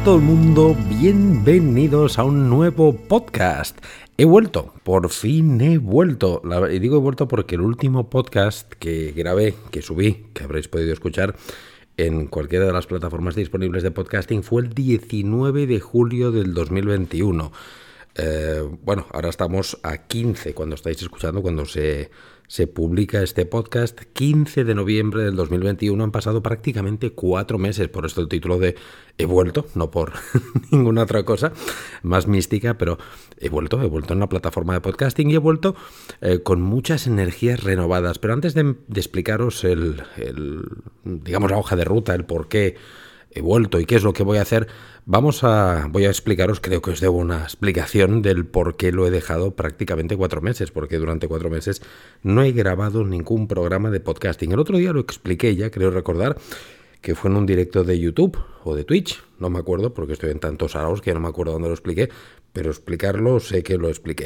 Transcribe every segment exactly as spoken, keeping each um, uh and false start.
a todo el mundo, bienvenidos a un nuevo podcast. He vuelto, por fin he vuelto. La, y digo he vuelto porque el último podcast que grabé, que subí, que habréis podido escuchar en cualquiera de las plataformas disponibles de podcasting, fue el diecinueve de julio del dos mil veintiuno. Eh, bueno, ahora estamos a quince, cuando estáis escuchando, cuando se, se publica este podcast, quince de noviembre del dos mil veintiuno. Han pasado prácticamente cuatro meses, por esto el título de he vuelto, no por ninguna otra cosa más mística, pero he vuelto, he vuelto en una plataforma de podcasting y he vuelto eh, con muchas energías renovadas. Pero antes de, de explicaros el, el, digamos, la hoja de ruta, el por qué he vuelto y qué es lo que voy a hacer, vamos a, voy a explicaros, creo que os debo una explicación del por qué lo he dejado prácticamente cuatro meses, porque durante cuatro meses no he grabado ningún programa de podcasting. El otro día lo expliqué ya, creo recordar, que fue en un directo de YouTube o de Twitch, no me acuerdo porque estoy en tantos araos que no me acuerdo dónde lo expliqué, pero explicarlo sé que lo expliqué.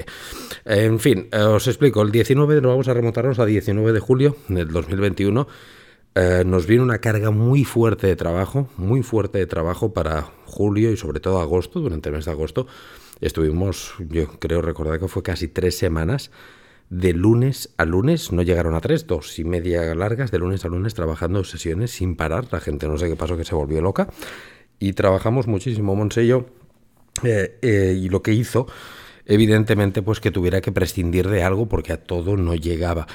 En fin, os explico, el diecinueve, nos vamos a remontarnos a diecinueve de julio del dos mil veintiuno. Eh, nos viene una carga muy fuerte de trabajo, muy fuerte de trabajo para julio y sobre todo agosto. Durante el mes de agosto estuvimos, yo creo recordar que fue casi tres semanas, de lunes a lunes, no llegaron a tres, dos y media largas, de lunes a lunes trabajando sesiones sin parar. La gente no sé qué pasó, que se volvió loca, y trabajamos muchísimo, Monse y yo, eh, eh, y lo que hizo, evidentemente, pues que tuviera que prescindir de algo porque a todo no llegaba.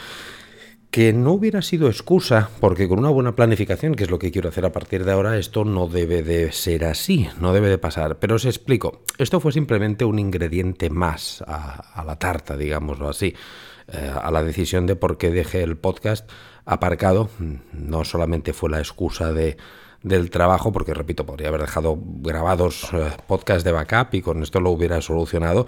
Que no hubiera sido excusa, porque con una buena planificación, que es lo que quiero hacer a partir de ahora, esto no debe de ser así, no debe de pasar. Pero os explico, esto fue simplemente un ingrediente más a, a la tarta, digámoslo así, eh, a la decisión de por qué dejé el podcast aparcado. No solamente fue la excusa de, del trabajo, porque repito, podría haber dejado grabados eh, podcasts de backup y con esto lo hubiera solucionado.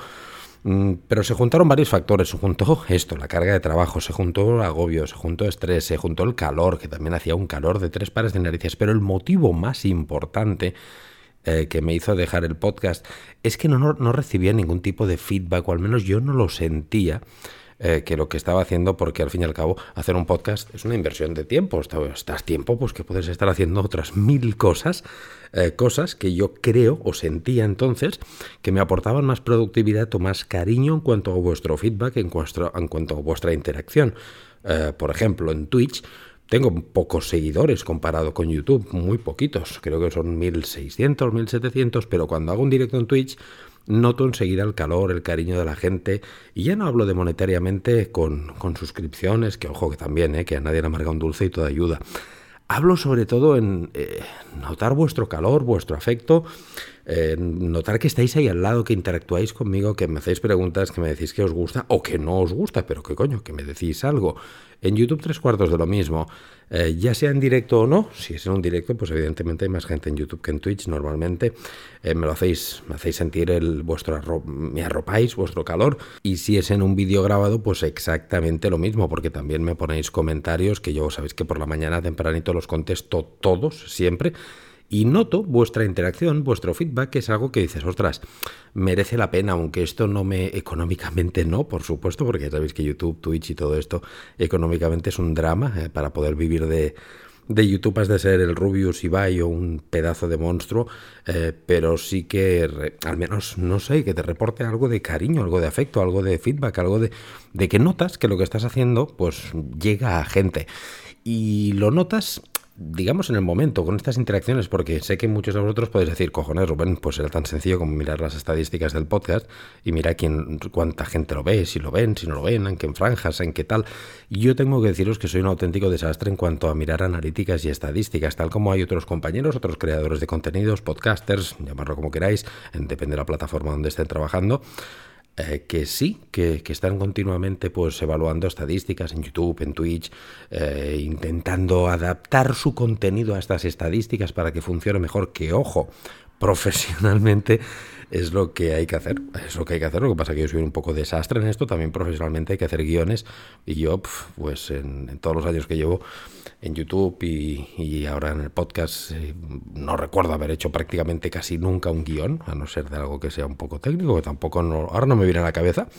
Pero se juntaron varios factores, se juntó esto, la carga de trabajo, se juntó el agobio, se juntó estrés, se juntó el calor, que también hacía un calor de tres pares de narices, pero el motivo más importante eh, que me hizo dejar el podcast es que no, no, no recibía ningún tipo de feedback, o al menos yo no lo sentía, eh, que lo que estaba haciendo, porque al fin y al cabo hacer un podcast es una inversión de tiempo. Estás tiempo pues que puedes estar haciendo otras mil cosas, eh, cosas que yo creo o sentía entonces que me aportaban más productividad o más cariño en cuanto a vuestro feedback, en, vuestro, en cuanto a vuestra interacción. Eh, por ejemplo, en Twitch tengo pocos seguidores comparado con YouTube, muy poquitos, creo que son mil seiscientos, mil setecientos, pero cuando hago un directo en Twitch noto enseguida el calor, el cariño de la gente, y ya no hablo de monetariamente con, con suscripciones, que ojo que también, eh, que a nadie le amarga un dulce y toda ayuda. Hablo sobre todo en eh, notar vuestro calor, vuestro afecto, eh, notar que estáis ahí al lado, que interactuáis conmigo, que me hacéis preguntas, que me decís que os gusta o que no os gusta, pero que coño, que me decís algo. En YouTube tres cuartos de lo mismo, eh, ya sea en directo o no. Si es en un directo, pues evidentemente hay más gente en YouTube que en Twitch normalmente. Eh, me lo hacéis, me hacéis sentir el vuestro arro- me arropáis, vuestro calor. Y si es en un vídeo grabado, pues exactamente lo mismo, porque también me ponéis comentarios, que yo sabéis que por la mañana tempranito los contesto todos, siempre. Y noto vuestra interacción, vuestro feedback, que es algo que dices, ostras, merece la pena, aunque esto no me, económicamente no, por supuesto, porque ya sabéis que YouTube, Twitch y todo esto, económicamente es un drama. Eh, para poder vivir de, de YouTube has de ser el Rubius Ibai o un pedazo de monstruo, eh, pero sí que, re, al menos, no sé, que te reporte algo de cariño, algo de afecto, algo de feedback, algo de, de que notas que lo que estás haciendo, pues, llega a gente. Y lo notas, digamos, en el momento, con estas interacciones, porque sé que muchos de vosotros podéis decir, cojones, Rubén, pues era tan sencillo como mirar las estadísticas del podcast y mirar quién, cuánta gente lo ve, si lo ven, si no lo ven, en qué franjas, en qué tal. Y yo tengo que deciros que soy un auténtico desastre en cuanto a mirar analíticas y estadísticas, tal como hay otros compañeros, otros creadores de contenidos, podcasters, llamarlo como queráis, depende de la plataforma donde estén trabajando. Eh, que sí, que, que están continuamente pues evaluando estadísticas en YouTube, en Twitch, eh, intentando adaptar su contenido a estas estadísticas para que funcione mejor, que ojo, profesionalmente es lo que hay que hacer, es lo que hay que hacer. Lo que pasa es que yo soy un poco desastre en esto, también profesionalmente hay que hacer guiones, y yo pues en, en todos los años que llevo en YouTube y, y ahora en el podcast, eh, no recuerdo haber hecho prácticamente casi nunca un guión, a no ser de algo que sea un poco técnico, que tampoco no, ahora no me viene a la cabeza.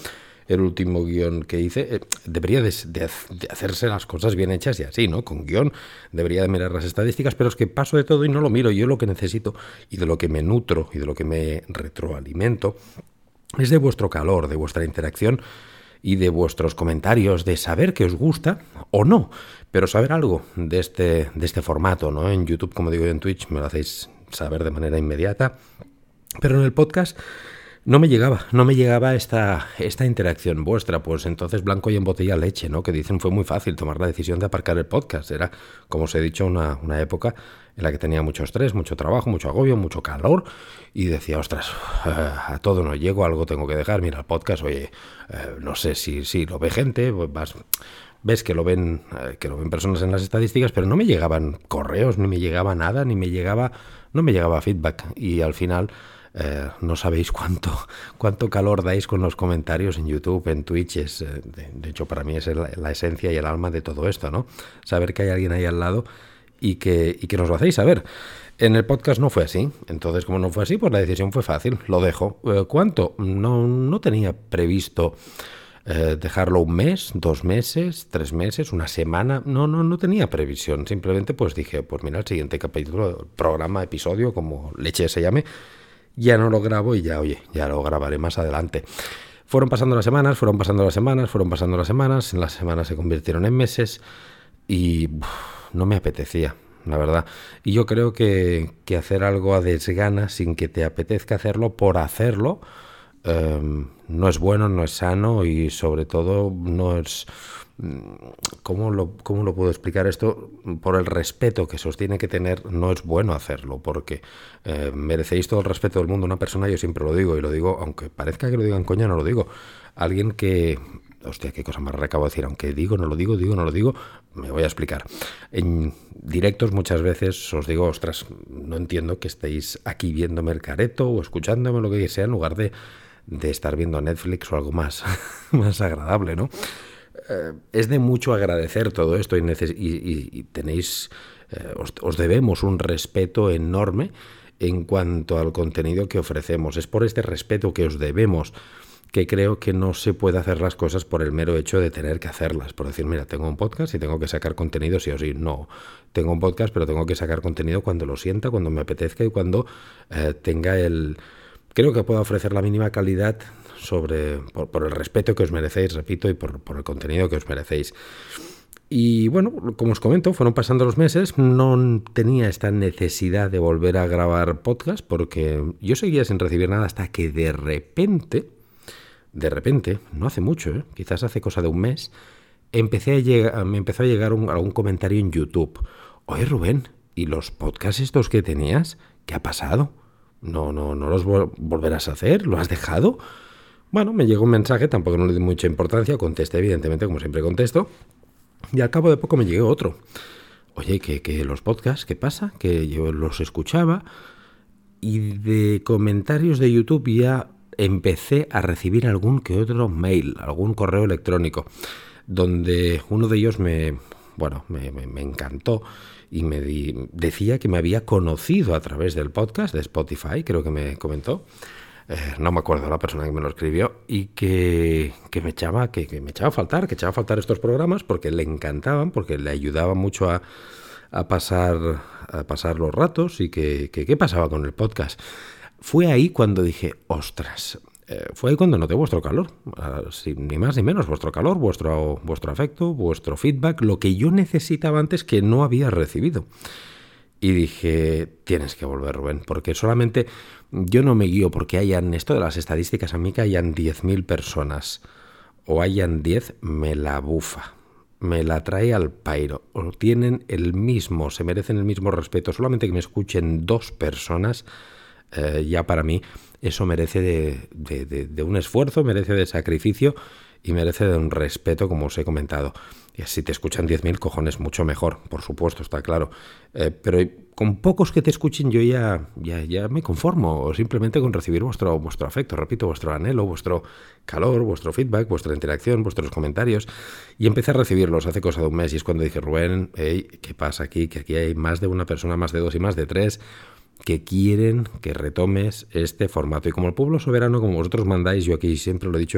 el último guión que hice. Eh, debería de, de, de hacerse las cosas bien hechas y así, ¿no? Con guión debería de mirar las estadísticas, pero es que paso de todo y no lo miro. Yo lo que necesito y de lo que me nutro y de lo que me retroalimento es de vuestro calor, de vuestra interacción y de vuestros comentarios, de saber que os gusta o no, pero saber algo de este, de este formato, ¿no? En YouTube, como digo, y en Twitch me lo hacéis saber de manera inmediata, pero en el podcast no me llegaba, no me llegaba esta, esta interacción vuestra. Pues entonces blanco y en botella leche, ¿no? Que dicen fue muy fácil tomar la decisión de aparcar el podcast. Era, como os he dicho, una, una época en la que tenía mucho estrés, mucho trabajo, mucho agobio, mucho calor, y decía, ostras, a todo no llego, algo tengo que dejar. Mira, el podcast, oye, eh, no sé si, si lo ve gente, pues vas, ves que lo ven, eh, que lo ven personas en las estadísticas, pero no me llegaban correos, ni me llegaba nada, ni me llegaba, no me llegaba feedback, y al final Eh, no sabéis cuánto, cuánto calor dais con los comentarios en YouTube, en Twitch. Es, eh, de, de hecho, para mí es el, la esencia y el alma de todo esto, ¿no? Saber que hay alguien ahí al lado y que, y que nos lo hacéis saber. En el podcast no fue así. Entonces, como no fue así, pues la decisión fue fácil. Lo dejo. Eh, ¿Cuánto? No, no tenía previsto eh, dejarlo un mes, dos meses, tres meses, una semana. No, no, no tenía previsión. Simplemente pues dije, pues mira, el siguiente capítulo, programa, episodio, como leche se llame, ya no lo grabo y ya, oye, ya lo grabaré más adelante. Fueron pasando las semanas, fueron pasando las semanas, fueron pasando las semanas, en las semanas se convirtieron en meses y uf, no me apetecía, la verdad. Y yo creo que, que hacer algo a desgana sin que te apetezca hacerlo por hacerlo eh, no es bueno, no es sano y sobre todo no es... ¿Cómo lo, ¿Cómo lo puedo explicar esto? Por el respeto que se os tiene que tener, no es bueno hacerlo, porque eh, merecéis todo el respeto del mundo. Una persona, yo siempre lo digo, y lo digo, aunque parezca que lo diga en coña, no lo digo. Alguien que... Hostia, qué cosa más acabo de decir. Aunque digo, no lo digo, digo, no lo digo, me voy a explicar. En directos muchas veces os digo, ostras, no entiendo que estéis aquí viéndome el careto o escuchándome, lo que sea, en lugar de, de estar viendo Netflix o algo más, más agradable, ¿no? Eh, es de mucho agradecer todo esto y, neces- y, y, y tenéis, eh, os, os debemos un respeto enorme en cuanto al contenido que ofrecemos. Es por este respeto que os debemos que creo que no se puede hacer las cosas por el mero hecho de tener que hacerlas. Por decir, mira, tengo un podcast y tengo que sacar contenido sí o sí. No, tengo un podcast pero tengo que sacar contenido cuando lo sienta, cuando me apetezca y cuando eh, tenga el... Creo que puedo ofrecer la mínima calidad sobre por, por el respeto que os merecéis, repito, y por, por el contenido que os merecéis. Y bueno, como os comento, fueron pasando los meses, no tenía esta necesidad de volver a grabar podcast porque yo seguía sin recibir nada hasta que de repente, de repente, no hace mucho, ¿eh? Quizás hace cosa de un mes, empecé a llegar, me empezó a llegar un, algún comentario en YouTube. Oye, Rubén, ¿y los podcasts estos que tenías? ¿Qué ha pasado? No, no, no los vol- volverás a hacer, ¿lo has dejado? Bueno, me llegó un mensaje, tampoco no le di mucha importancia, contesté evidentemente, como siempre contesto, y al cabo de poco me llegó otro. Oye, que, que los podcasts, ¿qué pasa? Que yo los escuchaba y de comentarios de YouTube ya empecé a recibir algún que otro mail, algún correo electrónico, donde uno de ellos me, bueno, me, me, me encantó y me di, decía que me había conocido a través del podcast de Spotify, creo que me comentó. Eh, no me acuerdo la persona que me lo escribió y que, que me echaba que, que me echaba a faltar, que echaba a faltar estos programas porque le encantaban, porque le ayudaban mucho a, a pasar a pasar los ratos y que, que qué pasaba con el podcast. Fue ahí cuando dije, ostras, eh, fue ahí cuando noté vuestro calor, uh, sin, ni más ni menos, vuestro calor, vuestro, vuestro afecto, vuestro feedback, lo que yo necesitaba antes que no había recibido. Y dije, tienes que volver, Rubén, porque solamente yo no me guío porque hayan, esto de las estadísticas, a mí que hayan diez mil personas o hayan diez, me la bufa, me la trae al pairo. O tienen el mismo, se merecen el mismo respeto, solamente que me escuchen dos personas, eh, ya para mí eso merece de, de, de, de un esfuerzo, merece de sacrificio y merece de un respeto, como os he comentado. Y si te escuchan diez mil, cojones, mucho mejor, por supuesto, está claro. Eh, pero con pocos que te escuchen yo ya, ya, ya me conformo, simplemente con recibir vuestro, vuestro afecto, repito, vuestro anhelo, vuestro calor, vuestro feedback, vuestra interacción, vuestros comentarios. Y empecé a recibirlos hace cosa de un mes y es cuando dije, Rubén, hey, ¿qué pasa aquí? Que aquí hay más de una persona, más de dos y más de tres que quieren que retomes este formato. Y como el pueblo soberano, como vosotros mandáis, yo aquí siempre lo he dicho,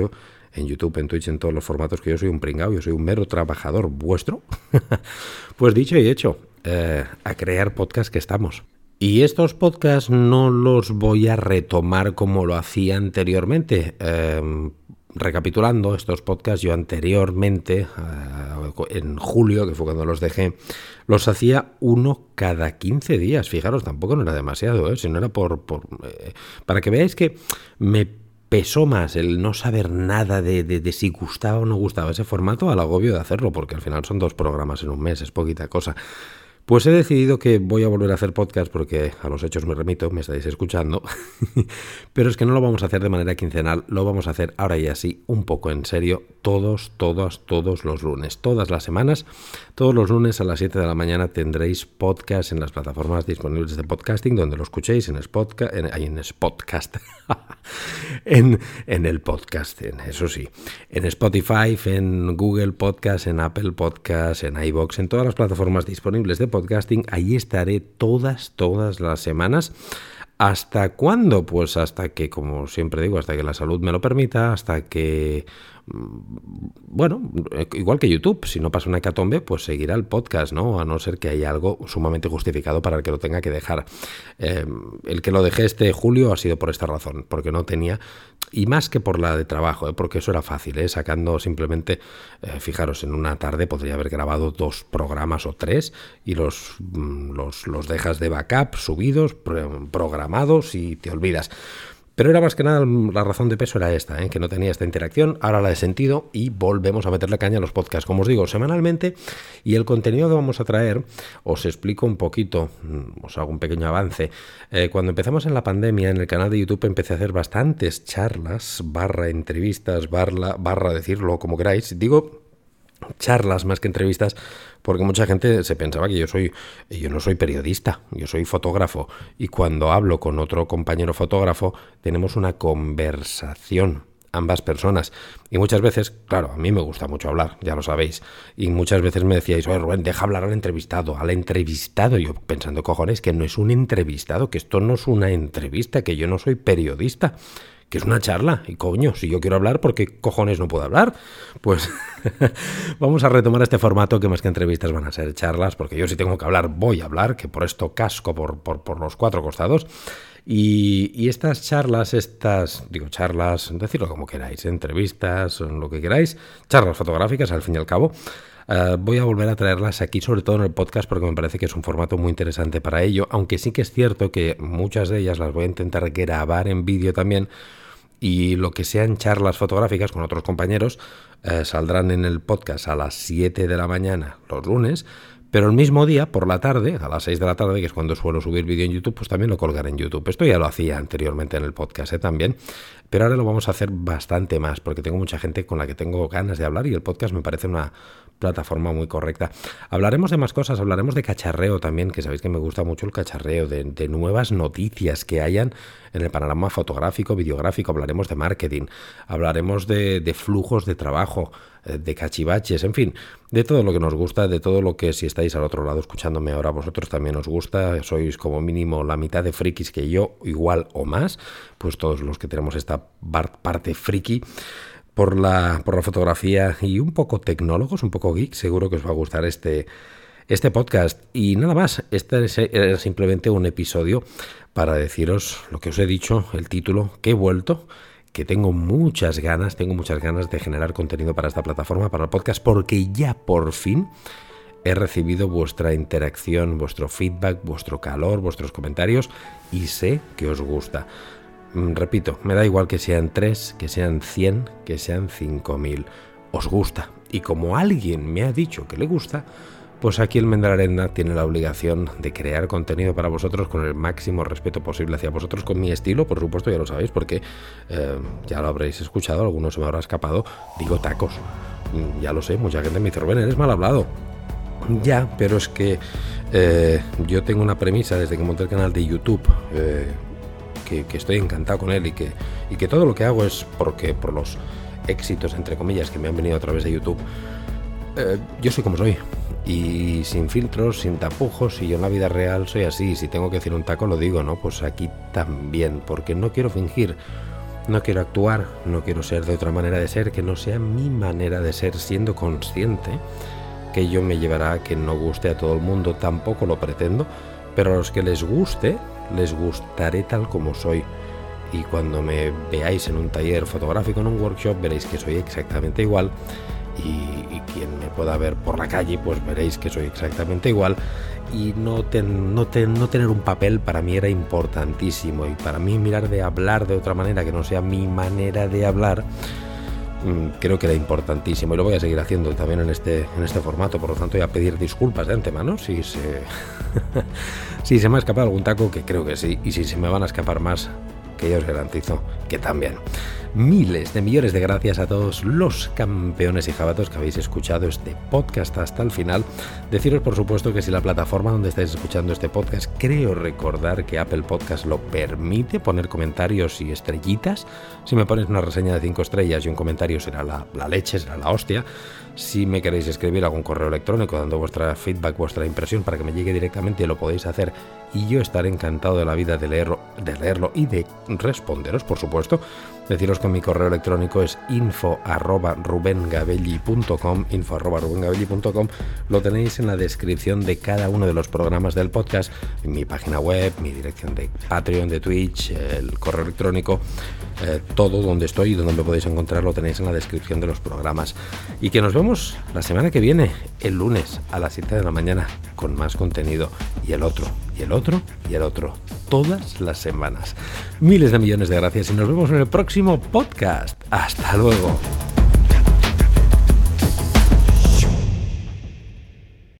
en YouTube, en Twitch, en todos los formatos, que yo soy un pringao, yo soy un mero trabajador vuestro. Pues dicho y hecho, eh, a crear podcast que estamos. Y estos podcasts no los voy a retomar como lo hacía anteriormente. Eh, recapitulando estos podcasts, yo anteriormente, eh, en julio, que fue cuando los dejé, los hacía uno cada quince días. Fijaros, tampoco no era demasiado, ¿eh? Si no era por... por eh, para que veáis que me pesó más el no saber nada de, de, de si gustaba o no gustaba ese formato al agobio de hacerlo, porque al final son dos programas en un mes, es poquita cosa. Pues he decidido que voy a volver a hacer podcast porque a los hechos me remito, me estáis escuchando, pero es que no lo vamos a hacer de manera quincenal, lo vamos a hacer ahora y así, un poco en serio, todos, todos, todos los lunes, todas las semanas, todos los lunes a las siete de la mañana tendréis podcast en las plataformas disponibles de podcasting, donde lo escuchéis en Spotca, en, en Spotcast, en, en el podcast, en, eso sí, en Spotify, en Google Podcast, en Apple Podcast, en iVoox, en todas las plataformas disponibles de podcasting, ahí estaré todas, todas las semanas. ¿Hasta cuándo? Pues hasta que, como siempre digo, hasta que la salud me lo permita, hasta que, bueno, igual que YouTube, si no pasa una hecatombe, pues seguirá el podcast, ¿no? A no ser que haya algo sumamente justificado para el que lo tenga que dejar. Eh, el que lo dejé este julio ha sido por esta razón, porque no tenía, y más que por la de trabajo, ¿eh? Porque eso era fácil, ¿eh? Sacando simplemente, eh, fijaros, en una tarde podría haber grabado dos programas o tres y los, los, los dejas de backup subidos, programados y te olvidas. Pero era más que nada, la razón de peso era esta, ¿eh? Que no tenía esta interacción, ahora la he sentido y volvemos a meterle caña a los podcasts, como os digo, semanalmente. Y el contenido que vamos a traer, os explico un poquito, os hago un pequeño avance. Eh, cuando empezamos en la pandemia, en el canal de YouTube empecé a hacer bastantes charlas, barra entrevistas, barra, barra decirlo como queráis. Digo charlas más que entrevistas, porque mucha gente se pensaba que yo soy, yo no soy periodista, yo soy fotógrafo, y cuando hablo con otro compañero fotógrafo tenemos una conversación, ambas personas, y muchas veces, claro, a mí me gusta mucho hablar, ya lo sabéis, y muchas veces me decíais, oye Rubén, deja hablar al entrevistado, al entrevistado, yo pensando, cojones, que no es un entrevistado, que esto no es una entrevista, que yo no soy periodista, que es una charla, y coño, si yo quiero hablar, ¿por qué cojones no puedo hablar? Pues vamos a retomar este formato, que más que entrevistas van a ser charlas, porque yo si tengo que hablar, voy a hablar, que por esto casco por, por, por los cuatro costados. Y, y estas charlas, estas, digo charlas, decirlo como queráis, entrevistas, lo que queráis, charlas fotográficas al fin y al cabo, Uh, voy a volver a traerlas aquí, sobre todo en el podcast, porque me parece que es un formato muy interesante para ello, aunque sí que es cierto que muchas de ellas las voy a intentar grabar en vídeo también, y lo que sean charlas fotográficas con otros compañeros uh, saldrán en el podcast a las siete de la mañana los lunes, pero el mismo día, por la tarde, a las seis de la tarde, que es cuando suelo subir vídeo en YouTube, pues también lo colgaré en YouTube. Esto ya lo hacía anteriormente en el podcast, ¿eh? También, pero ahora lo vamos a hacer bastante más, porque tengo mucha gente con la que tengo ganas de hablar y el podcast me parece una plataforma muy correcta. Hablaremos de más cosas, hablaremos de cacharreo también, que sabéis que me gusta mucho el cacharreo, de, de nuevas noticias que hayan en el panorama fotográfico, videográfico, hablaremos de marketing, hablaremos de, de flujos de trabajo, de cachivaches, en fin, de todo lo que nos gusta, de todo lo que, si estáis al otro lado escuchándome ahora, vosotros también os gusta, sois como mínimo la mitad de frikis que yo, igual o más, pues todos los que tenemos esta parte friki por la, por la fotografía y un poco tecnólogos, un poco geek, seguro que os va a gustar este, este podcast. Y nada más, este era simplemente un episodio para deciros lo que os he dicho, el título, que he vuelto, que tengo muchas ganas, tengo muchas ganas de generar contenido para esta plataforma, para el podcast, porque ya por fin he recibido vuestra interacción, vuestro feedback, vuestro calor, vuestros comentarios, y sé que os gusta. Repito, me da igual que sean tres, que sean cien, que sean cinco mil. Os gusta. Y como alguien me ha dicho que le gusta, pues aquí el Mendralenda tiene la obligación de crear contenido para vosotros con el máximo respeto posible hacia vosotros, con mi estilo, por supuesto, ya lo sabéis, porque eh, ya lo habréis escuchado, algunos se me habrá escapado, digo tacos. Ya lo sé, mucha gente me dice, Rubén, eres mal hablado. Ya, pero es que eh, yo tengo una premisa desde que monté el canal de YouTube, eh, que, que estoy encantado con él y que, y que todo lo que hago es porque por los éxitos, entre comillas, que me han venido a través de YouTube, eh, yo soy como soy. Y sin filtros, sin tapujos, y yo en la vida real soy así. Si tengo que decir un taco, lo digo, ¿no? Pues aquí también, porque no quiero fingir. No quiero actuar, no quiero ser de otra manera de ser que no sea mi manera de ser, siendo consciente que ello me llevará a que no guste a todo el mundo, tampoco lo pretendo, pero a los que les guste, les gustaré tal como soy. Y cuando me veáis en un taller fotográfico, en un workshop, veréis que soy exactamente igual. Y, y quien me pueda ver por la calle, pues veréis que soy exactamente igual. Y no, ten, no, ten, no tener un papel para mí era importantísimo. Y para mí mirar de hablar de otra manera que no sea mi manera de hablar, creo que era importantísimo. Y lo voy a seguir haciendo también en este, en este formato. Por lo tanto, voy a pedir disculpas de antemano si se, si se me ha escapado algún taco, que creo que sí. Y si se me van a escapar más, que yo os garantizo que también. Miles de millones de gracias a todos los campeones y jabatos que habéis escuchado este podcast hasta el final. Deciros, por supuesto, que si la plataforma donde estáis escuchando este podcast, creo recordar que Apple Podcast lo permite, poner comentarios y estrellitas. Si me ponéis una reseña de cinco estrellas y un comentario será la, la leche, será la hostia. Si me queréis escribir algún correo electrónico dando vuestra feedback, vuestra impresión para que me llegue directamente, lo podéis hacer y yo estaré encantado de la vida de leerlo, de leerlo y de responderos, por supuesto. Deciros que mi correo electrónico es info arroba rubengabelli punto com, info arroba rubengabelli punto com. Lo tenéis en la descripción de cada uno de los programas del podcast, en mi página web, mi dirección de Patreon, de Twitch, el correo electrónico, eh, todo donde estoy y donde me podéis encontrar lo tenéis en la descripción de los programas. Y que nos vemos la semana que viene, el lunes a las siete de la mañana, con más contenido, y el otro, y el otro, y el otro, todas las semanas. Miles de millones de gracias y nos vemos en el próximo podcast. Hasta luego.